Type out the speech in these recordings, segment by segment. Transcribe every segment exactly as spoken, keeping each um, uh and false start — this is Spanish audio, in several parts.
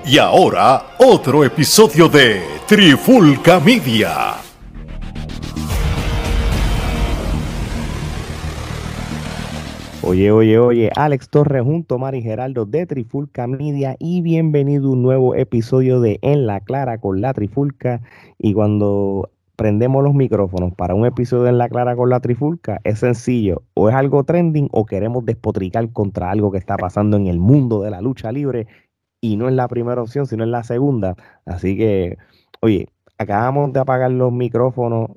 Y ahora, otro episodio de Trifulca Media. Oye, oye, oye, Alex Torres junto a Mari Geraldo de Trifulca Media y bienvenido a un nuevo episodio de En la Clara con la Trifulca. Y cuando prendemos los micrófonos para un episodio de En la Clara con la Trifulca, es sencillo, o es algo trending o queremos despotricar contra algo que está pasando en el mundo de la lucha libre y no es la primera opción, sino es la segunda. Así que, oye, acabamos de apagar los micrófonos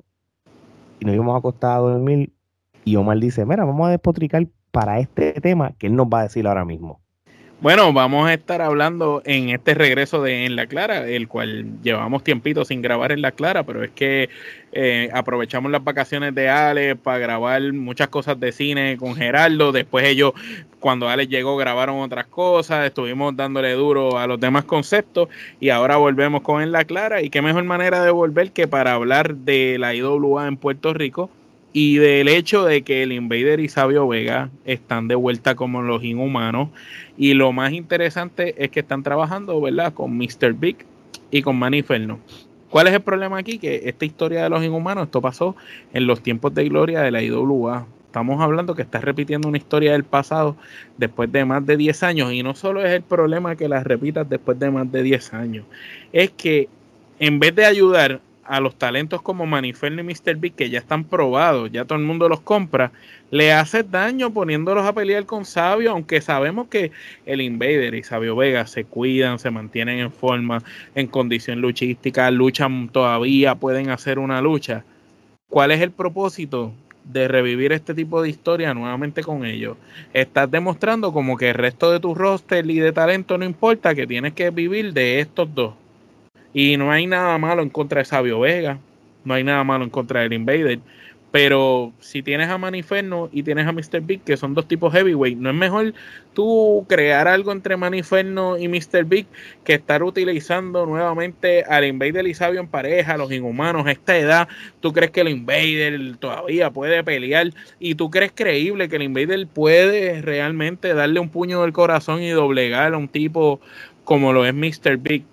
y nos íbamos a acostar a dormir y Omar dice, mira, vamos a despotricar para este tema que él nos va a decir ahora mismo. Bueno, vamos a estar hablando en este regreso de En la Clara, el cual llevamos tiempito sin grabar En la Clara, pero es que eh, aprovechamos las vacaciones de Alex para grabar muchas cosas de cine con Geraldo. Después ellos, cuando Alex llegó, grabaron otras cosas, estuvimos dándole duro a los demás conceptos y ahora volvemos con En la Clara. Y qué mejor manera de volver que para hablar de la I W A en Puerto Rico y del hecho de que el Invader y Savio Vega están de vuelta como los Inhumanos. Y lo más interesante es que están trabajando, ¿verdad?, con míster Big y con Manny Inferno. ¿Cuál es el problema aquí? Que esta historia de los Inhumanos, esto pasó en los tiempos de gloria de la I W A. Estamos hablando que está repitiendo una historia del pasado después de más de diez años. Y no solo es el problema que la repitas después de más de diez años. Es que en vez de ayudar a los talentos como Manny Inferno y míster Big, que ya están probados, ya todo el mundo los compra, le hace daño poniéndolos a pelear con Savio, aunque sabemos que el Invader y Savio Vega se cuidan, se mantienen en forma, en condición luchística, luchan todavía, pueden hacer una lucha. ¿Cuál es el propósito de revivir este tipo de historia nuevamente con ellos? Estás demostrando como que el resto de tu roster y de talento no importa, que tienes que vivir de estos dos. Y no hay nada malo en contra de Savio Vega, no hay nada malo en contra del Invader, pero si tienes a Manny Inferno y tienes a míster Big, que son dos tipos heavyweight, ¿no es mejor tú crear algo entre Manny Inferno y míster Big que estar utilizando nuevamente al Invader y Savio en pareja, los Inhumanos a esta edad? ¿Tú crees que el Invader todavía puede pelear? ¿Y tú crees creíble que el Invader puede realmente darle un puño del corazón y doblegar a un tipo como lo es míster Big?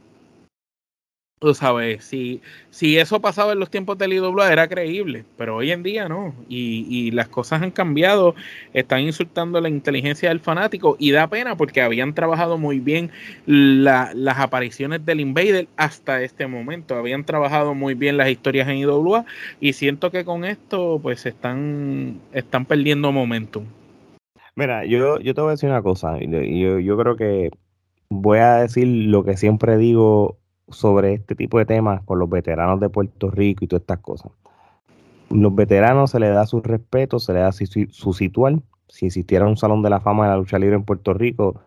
Tú sabes, si, si eso pasaba en los tiempos del I W A era creíble, pero hoy en día no, y, y las cosas han cambiado, están insultando la inteligencia del fanático y da pena porque habían trabajado muy bien la, las apariciones del Invader hasta este momento, habían trabajado muy bien las historias en I W A y siento que con esto pues están, están perdiendo momentum. Mira, yo, yo te voy a decir una cosa, y yo, yo creo que voy a decir lo que siempre digo sobre este tipo de temas con los veteranos de Puerto Rico y todas estas cosas. Los veteranos se les da su respeto, se les da su, su situal. Si existiera un salón de la fama de la lucha libre en Puerto Rico,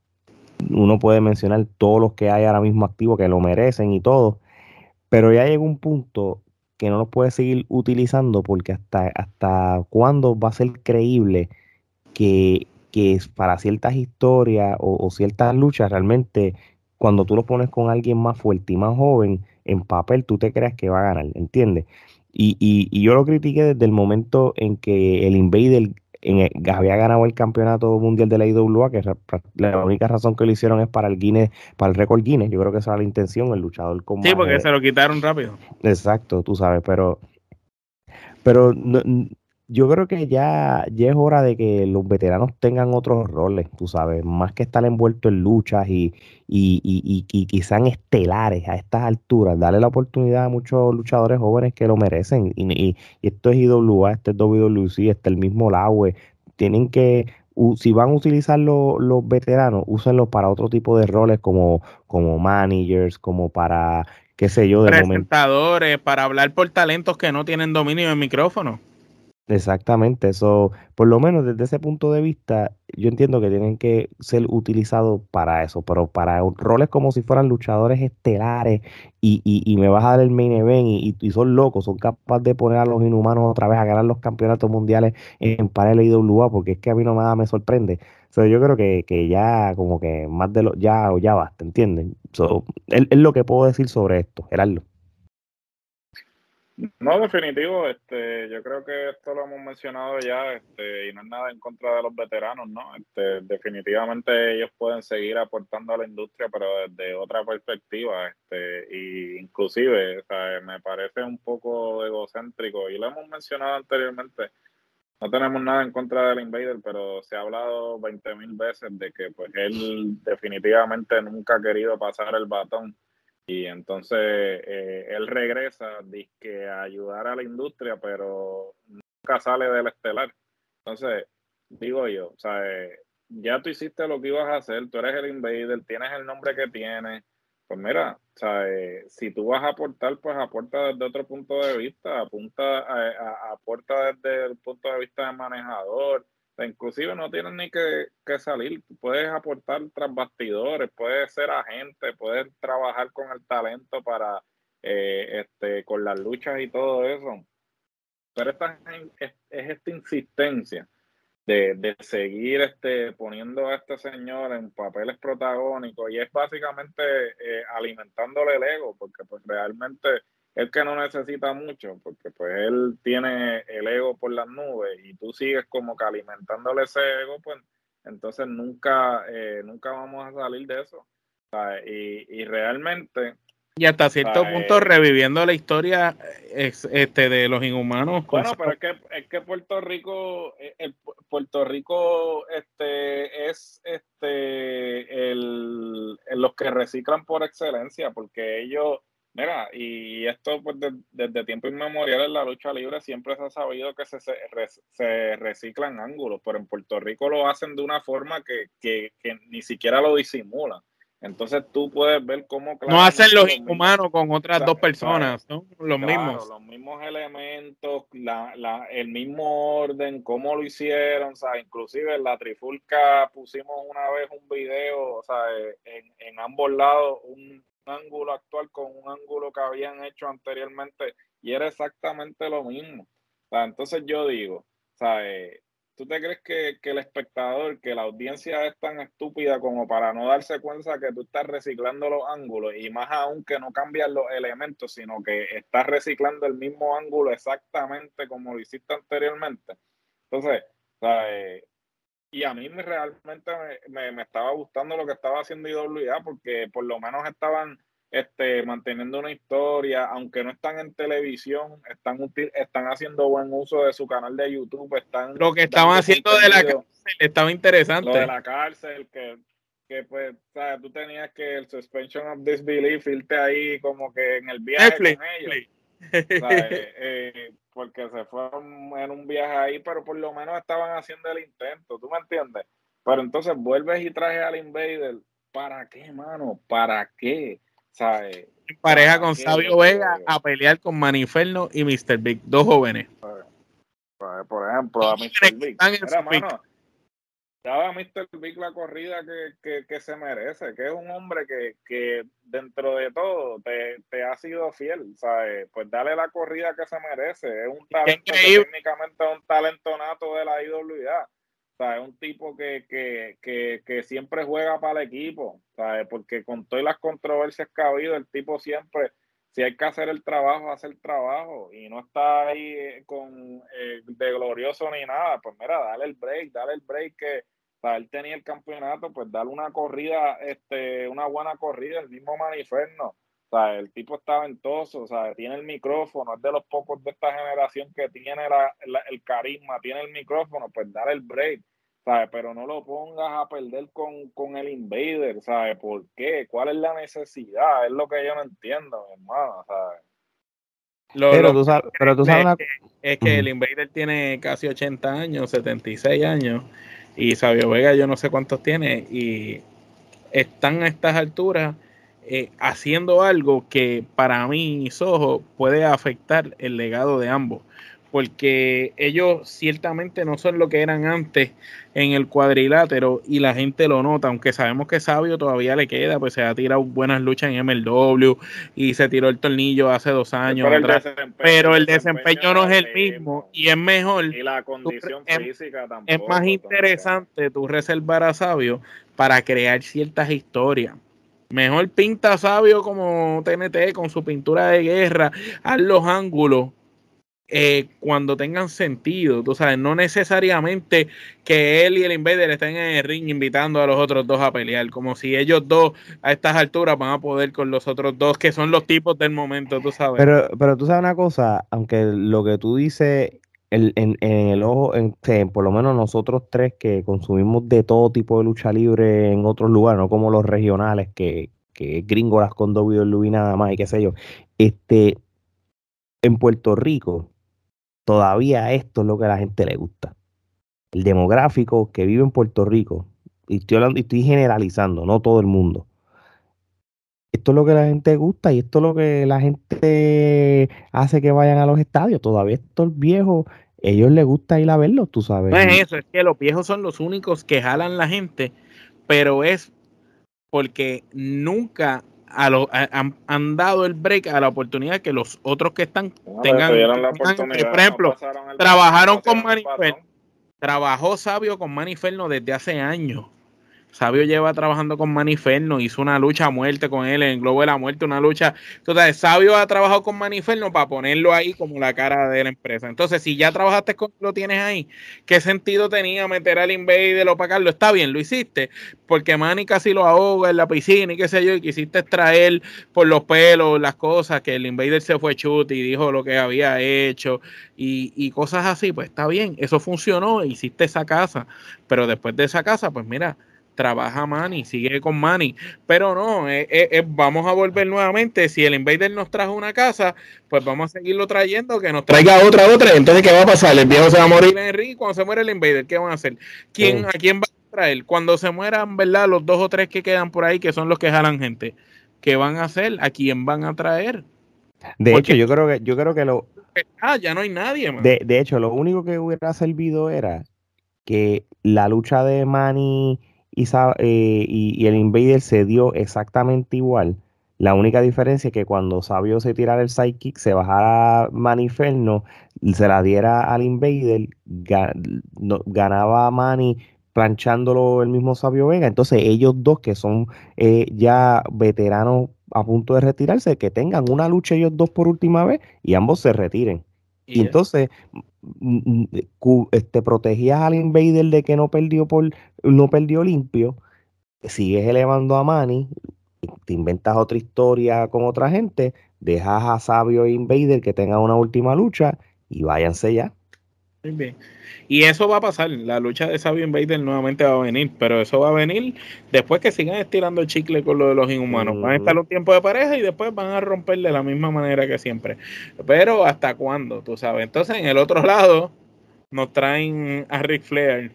uno puede mencionar todos los que hay ahora mismo activos que lo merecen y todo, pero ya llega un punto que no los puede seguir utilizando porque hasta, hasta cuándo va a ser creíble que, que es para ciertas historias o, o ciertas luchas, realmente cuando tú lo pones con alguien más fuerte y más joven, en papel tú te creas que va a ganar, ¿entiendes? Y, y, y yo lo critiqué desde el momento en que el Invader en el- había ganado el campeonato mundial de la I W A, que ra- ra- la única razón que lo hicieron es para el Guinness, para el récord Guinness. Yo creo que esa era la intención, el luchador con Sí, más. porque eh, se lo quitaron rápido. Exacto, tú sabes, pero pero no- n- yo creo que ya, ya es hora de que los veteranos tengan otros roles, tú sabes, más que estar envueltos en luchas y, y, y, y, y que sean estelares a estas alturas. Darle la oportunidad a muchos luchadores jóvenes que lo merecen. Y, y- y esto es I W A, este es W W C, este es el mismo Laue. Tienen que, u- si van a utilizar lo- los veteranos, úsenlos para otro tipo de roles como, como managers, como para, qué sé yo, de momento. Presentadores para hablar por talentos que no tienen dominio del micrófono. Exactamente, eso, por lo menos desde ese punto de vista, yo entiendo que tienen que ser utilizados para eso, pero para roles como si fueran luchadores estelares y, y, y me vas a dar el main event y, y, y son locos, son capaces de poner a los inhumanos otra vez a ganar los campeonatos mundiales en pareja I W A, porque es que a mí no nada me sorprende. So, yo creo que, que ya como que más de lo, ya, ya basta, ¿entienden? So, es, es lo que puedo decir sobre esto, Gerardo. No, definitivo, este, yo creo que esto lo hemos mencionado ya, este, y no es nada en contra de los veteranos, ¿no? Este, definitivamente ellos pueden seguir aportando a la industria, pero desde otra perspectiva, este, y inclusive, o sea, me parece un poco egocéntrico, y lo hemos mencionado anteriormente, no tenemos nada en contra del Invader, pero se ha hablado veinte mil veces de que pues él definitivamente nunca ha querido pasar el batón. Y entonces eh, él regresa dizque a ayudar a la industria, pero nunca sale del estelar. Entonces, digo yo, o sea, eh, ya tú hiciste lo que ibas a hacer, tú eres el Invader, tienes el nombre que tienes. Pues mira, o sea, eh, si tú vas a aportar, pues aporta desde otro punto de vista, apunta, a, a- aporta desde el punto de vista de manejador. O sea, inclusive no tienes ni que, que salir, tú puedes aportar tras bastidores, puedes ser agente, puedes trabajar con el talento para, eh, este, con las luchas y todo eso. Pero esta, es, es esta insistencia de, de seguir este, poniendo a este señor en papeles protagónicos y es básicamente eh, alimentándole el ego, porque pues realmente él que no necesita mucho, porque pues él tiene el ego por las nubes y tú sigues como que alimentándole ese ego, pues entonces nunca, eh, nunca vamos a salir de eso. ¿Sabes? Y, y realmente... Y hasta cierto ¿sabes? punto reviviendo la historia ex- este, de los inhumanos. Con Bueno, pero es que, es que Puerto Rico, eh, el, Puerto Rico este, es este, el, el- los que reciclan por excelencia, porque ellos, mira, y esto pues de- desde tiempo inmemorial en la lucha libre siempre se ha sabido que se, se, re- se reciclan ángulos, pero en Puerto Rico lo hacen de una forma que, que, que ni siquiera lo disimulan. Entonces tú puedes ver cómo No hacen claramente los los mismos... inhumanos con otras dos ¿sabes? personas, son los Claro, mismos. los mismos elementos, la, la, el mismo orden, cómo lo hicieron, o sea, inclusive en la trifulca pusimos una vez un video, o sea, en, en ambos lados un ángulo actual con un ángulo que habían hecho anteriormente y era exactamente lo mismo. O sea, entonces yo digo, o sea, eh, ¿tú te crees que, que el espectador, que la audiencia es tan estúpida como para no darse cuenta que tú estás reciclando los ángulos y más aún que no cambias los elementos, sino que estás reciclando el mismo ángulo exactamente como lo hiciste anteriormente? Entonces, o sea, eh, y a mí me, realmente me, me, me estaba gustando lo que estaba haciendo I W A porque por lo menos estaban este, manteniendo una historia, aunque no están en televisión, están, util, están haciendo buen uso de su canal de YouTube, están Lo que estaban dando haciendo de la cárcel estaba interesante. Lo de la cárcel, que, que pues, ¿sabes? Tú tenías que el suspension of disbelief, irte ahí como que en el viaje Netflix, con ellos. ¿Sabes? Eh, porque se fueron en un viaje ahí, pero por lo menos estaban haciendo el intento, ¿tú me entiendes? Pero entonces vuelves y traes al Invader, ¿para qué, mano? ¿Para qué? ¿Sabes? En pareja con Sabio Vega a pelear con Maniferno y mister Big, dos jóvenes. Por, por ejemplo, a mister Big. Mira, mano, daba a mister Big la corrida que, que, que se merece, que es un hombre que, que dentro de todo te, te ha sido fiel, ¿sabes? Pues dale la corrida que se merece. Es un talento que técnicamente es un talento nato de la I W A. O sea, es un tipo que, que, que, que siempre juega para el equipo, ¿sabes? Porque con todas las controversias que ha habido, el tipo siempre, si hay que hacer el trabajo, hace el trabajo y no está ahí con eh, de glorioso ni nada. Pues mira, dale el break, dale el break que, o sea, él tenía el campeonato, pues dale una corrida, este, una buena corrida, el mismo Maniferno. O sea, el tipo está ventoso, o sea, tiene el micrófono, es de los pocos de esta generación que tiene la, la, el carisma, tiene el micrófono, pues dale el break, ¿sabes? Pero no lo pongas a perder con, con el Invader, ¿sabes? ¿Por qué? ¿Cuál es la necesidad? Es lo que yo no entiendo, hermano, ¿sabes? Lo, pero, lo tú sabes, pero tú sabes es una... que, es que uh-huh. el Invader tiene casi ochenta años, setenta y seis años, y Sabio Vega yo no sé cuántos tiene, y están a estas alturas eh, haciendo algo que para mí, Soho, puede afectar el legado de ambos, porque ellos ciertamente no son lo que eran antes en el cuadrilátero y la gente lo nota, aunque sabemos que Sabio todavía le queda, pues se ha tirado buenas luchas en M L W y se tiró el tornillo hace dos años pero atrás, el desempeño, pero el, el desempeño, desempeño no es el mismo. mismo y es mejor. Y la condición tú, física es, tampoco. Es más interesante tú reservar a Sabio para crear ciertas historias. Mejor pinta Sabio como T N T con su pintura de guerra, haz los ángulos eh, cuando tengan sentido, tú sabes, no necesariamente que él y el Invader estén en el ring invitando a los otros dos a pelear, como si ellos dos a estas alturas van a poder con los otros dos, que son los tipos del momento, tú sabes. Pero, pero tú sabes una cosa, aunque lo que tú dices, el, en, en el ojo, en, en- por lo menos nosotros tres que consumimos de todo tipo de lucha libre en otros lugares, no como los regionales, que, que es gringolas con W W E nada más y qué sé yo, este, en Puerto Rico todavía esto es lo que a la gente le gusta. El demográfico que vive en Puerto Rico, y estoy hablando, y estoy generalizando, no todo el mundo. Esto es lo que la gente gusta y esto es lo que la gente hace que vayan a los estadios. Todavía estos viejos, ellos les gusta ir a verlos, tú sabes. No es Y eso, es que los viejos son los únicos que jalan la gente, pero es porque nunca a lo, a- han, han dado el break a la oportunidad que los otros que están No, le tengan, dieron la tengan, oportunidad, por ejemplo, no pasaron el trabajaron bastón, con no pasaron el Manifer, batón. trabajó Sabio con Maniferno desde hace años. Sabio lleva trabajando con Maniferno, hizo una lucha a muerte con él en Globo de la Muerte, una lucha. Entonces, Sabio ha trabajado con Maniferno para ponerlo ahí como la cara de la empresa. Entonces, si ya trabajaste con lo tienes ahí, ¿qué sentido tenía meter al Invader o opacarlo? Está bien, lo hiciste, porque Manny casi lo ahoga en la piscina y qué sé yo, y quisiste extraer por los pelos las cosas, que el Invader se fue chute y dijo lo que había hecho y, y cosas así, pues está bien, eso funcionó, hiciste esa casa, pero después de esa casa, pues mira, trabaja Manny, sigue con Manny, pero no, eh, eh, eh, vamos a volver nuevamente. Si el Invader nos trajo una casa, pues vamos a seguirlo trayendo, que nos traiga otra, otra. Entonces, ¿qué va a pasar? El viejo se va a morir en el ring. Cuando se muere el Invader, ¿qué van a hacer? ¿Quién, Sí. ¿A quién va a traer? Cuando se mueran, ¿verdad? Los dos o tres que quedan por ahí, que son los que jalan gente, ¿qué van a hacer? ¿A quién van a traer? de Porque hecho, yo creo que, yo creo que lo, ah, ya no hay nadie, man. de, de hecho, lo único que hubiera servido era que la lucha de Manny y, Sa- eh, y, y el Invader se dio exactamente igual. La única diferencia es que cuando Sabio se tirara el sidekick, se bajara Maniferno, se la diera al Invader, ga- no- ganaba Manny planchándolo el mismo Sabio Vega. Entonces ellos dos que son eh, ya veteranos a punto de retirarse, que tengan una lucha ellos dos por última vez y ambos se retiren. Y Y ya. entonces mm, mm, cu- este, protegías al Invader de que no perdió por, no perdió limpio, sigues elevando a Manny, te inventas otra historia con otra gente, dejas a Sabio e Invader que tengan una última lucha y váyanse ya. Muy bien. Y eso va a pasar, la lucha de Sabio Invader nuevamente va a venir, pero eso va a venir después que sigan estirando el chicle con lo de los inhumanos. Van a estar Ujú. un tiempo de pareja y después van a romper de la misma manera que siempre. Pero ¿hasta cuándo? Tú sabes. Entonces, en el otro lado, nos traen a Ric Flair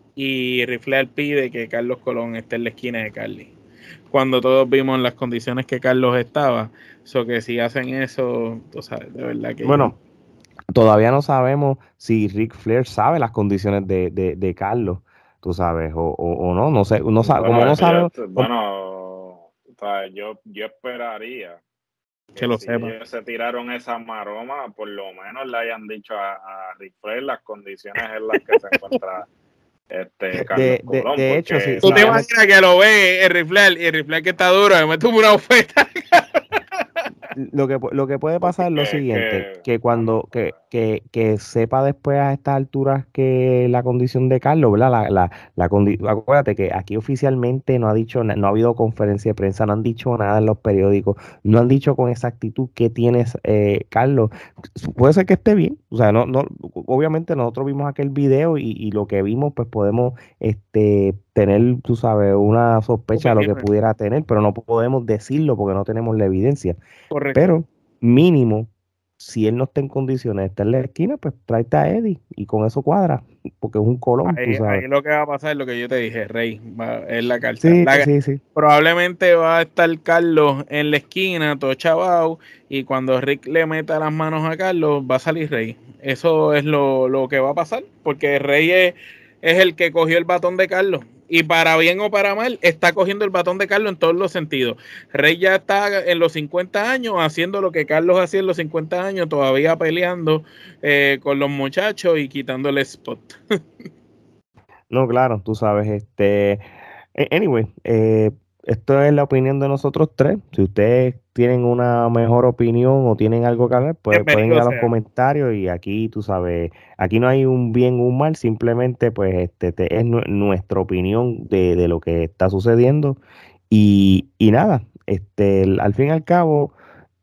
y Ric Flair pide que Carlos Colón esté en la esquina de Carly. Cuando todos vimos las condiciones que Carlos estaba, so que si hacen eso, tú sabes, de verdad que yo Bueno, todavía no sabemos si Ric Flair sabe las condiciones de, de, de Carlos, tú sabes, o, o, o no, no sé, no sabe, como Bueno, no sabemos, yo, bueno, o sea, yo, yo esperaría que que lo si sepa. ellos se tiraron esa maroma, por lo menos le hayan dicho a, a Ric Flair las condiciones en las que se encuentra este Carlos de, de, Colón, de hecho, porque si, ¿Tú si te tiene, imaginas que lo ve el Rifler y el Rifler que está duro, me mete una oferta? lo que, pu- lo que puede porque pasar es lo es siguiente, que, que cuando, mano, que, que, que sepa después a estas alturas que la condición de Carlos, ¿verdad? La, la, la condi- acuérdate que aquí oficialmente no ha dicho, na- no ha habido conferencia de prensa, no han dicho nada en los periódicos, no han dicho con exactitud qué tienes, eh, Carlos. Puede ser que esté bien, o sea, no, no, obviamente nosotros vimos aquel video y, y lo que vimos, pues podemos este, tener, tú sabes, una sospecha de lo que Opiniones. pudiera tener, pero no podemos decirlo porque no tenemos la evidencia. Correcto. Pero mínimo, si él no está en condiciones de estar en la esquina, pues tráete a Eddie y con eso cuadra, porque es un colón, tú Ahí, sabes. ahí lo que va a pasar es lo que yo te dije, Rey, va, es la carta. Sí, La- sí, sí. probablemente va a estar Carlos en la esquina, todo chavao, y cuando Rick le meta las manos a Carlos, va a salir Rey. Eso es lo, lo que va a pasar, porque Rey es, es el que cogió el batón de Carlos. Y para bien o para mal, está cogiendo el batón de Carlos en todos los sentidos. Rey ya está en los cincuenta años haciendo lo que Carlos hacía en los cincuenta años, todavía peleando eh, con los muchachos y quitándole spot. No, claro, tú sabes, este, a- anyway, eh, esto es la opinión de nosotros tres. Si ustedes tienen una mejor opinión o tienen algo que hablar, pues pueden ir a los comentarios y aquí, tú sabes, aquí no hay un bien o un mal, simplemente pues este te, es nu- nuestra opinión de, de lo que está sucediendo y, y nada, este, el- al fin y al cabo,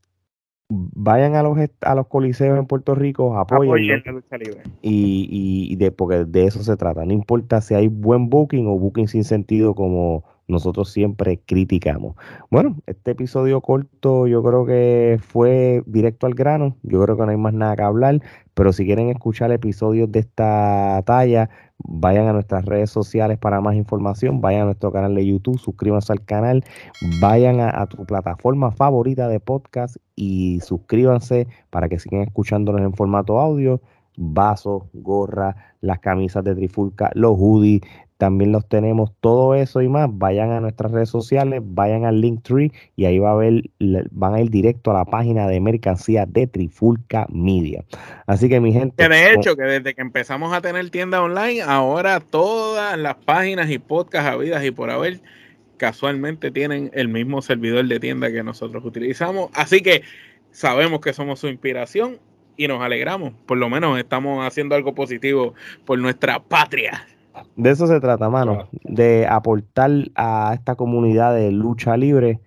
vayan a los, est- a los coliseos en Puerto Rico, apóyenlo. Apoyen la lucha libre. Y, y de, porque de eso se trata. No importa si hay buen booking o booking sin sentido como nosotros siempre criticamos. Bueno, este episodio corto yo creo que fue directo al grano. Yo creo que no hay más nada que hablar, pero si quieren escuchar episodios de esta talla, vayan a nuestras redes sociales para más información, vayan a nuestro canal de YouTube, suscríbanse al canal, vayan a, a tu plataforma favorita de podcast y suscríbanse para que sigan escuchándonos en formato audio. Vasos, gorras, las camisas de Trifulca, los hoodies, también los tenemos, todo eso y más. Vayan a nuestras redes sociales, vayan al Linktree y ahí va a ver, van a ir directo a la página de mercancía de Trifulca Media. Así que mi gente. Que de hecho, que desde que empezamos a tener tienda online, ahora todas las páginas y podcasts habidas y por haber casualmente tienen el mismo servidor de tienda que nosotros utilizamos. Así que sabemos que somos su inspiración y nos alegramos. Por lo menos estamos haciendo algo positivo por nuestra patria. De eso se trata, mano, de aportar a esta comunidad de lucha libre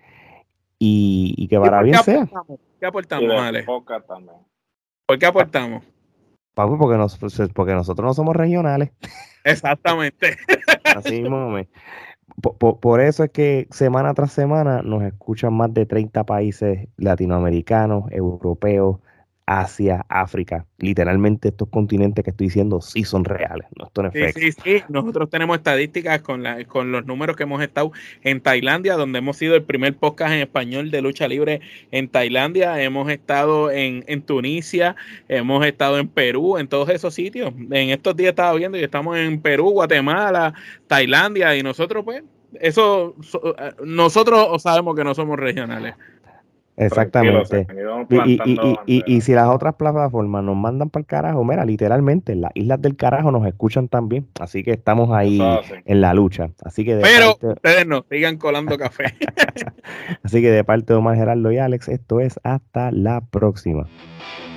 y, y que para bien sea. ¿Qué aportamos, Ale? También. ¿Por qué aportamos? Papu, porque, nos, porque nosotros no somos regionales. Exactamente. Así mismo, me. Por, por, por eso es que semana tras semana nos escuchan más de treinta países latinoamericanos, europeos, Asia, África. Literalmente estos continentes que estoy diciendo sí son reales, no esto no es fake. Sí, sí, sí. Nosotros tenemos estadísticas con, la, con los números que hemos estado en Tailandia, donde hemos sido el primer podcast en español de lucha libre en Tailandia. Hemos estado en, en Tunisia, hemos estado en Perú, en todos esos sitios. En estos días estaba viendo y estamos en Perú, Guatemala, Tailandia y nosotros pues, eso, so, nosotros sabemos que no somos regionales. Exactamente. Y, y, y, y, y si las otras plataformas nos mandan para el carajo, mira, literalmente, las islas del carajo nos escuchan también. Así que estamos ahí en la lucha. Así que de Pero parte... ustedes no, sigan colando café. Así que de parte de Omar Gerardo y Alex, esto es hasta la próxima.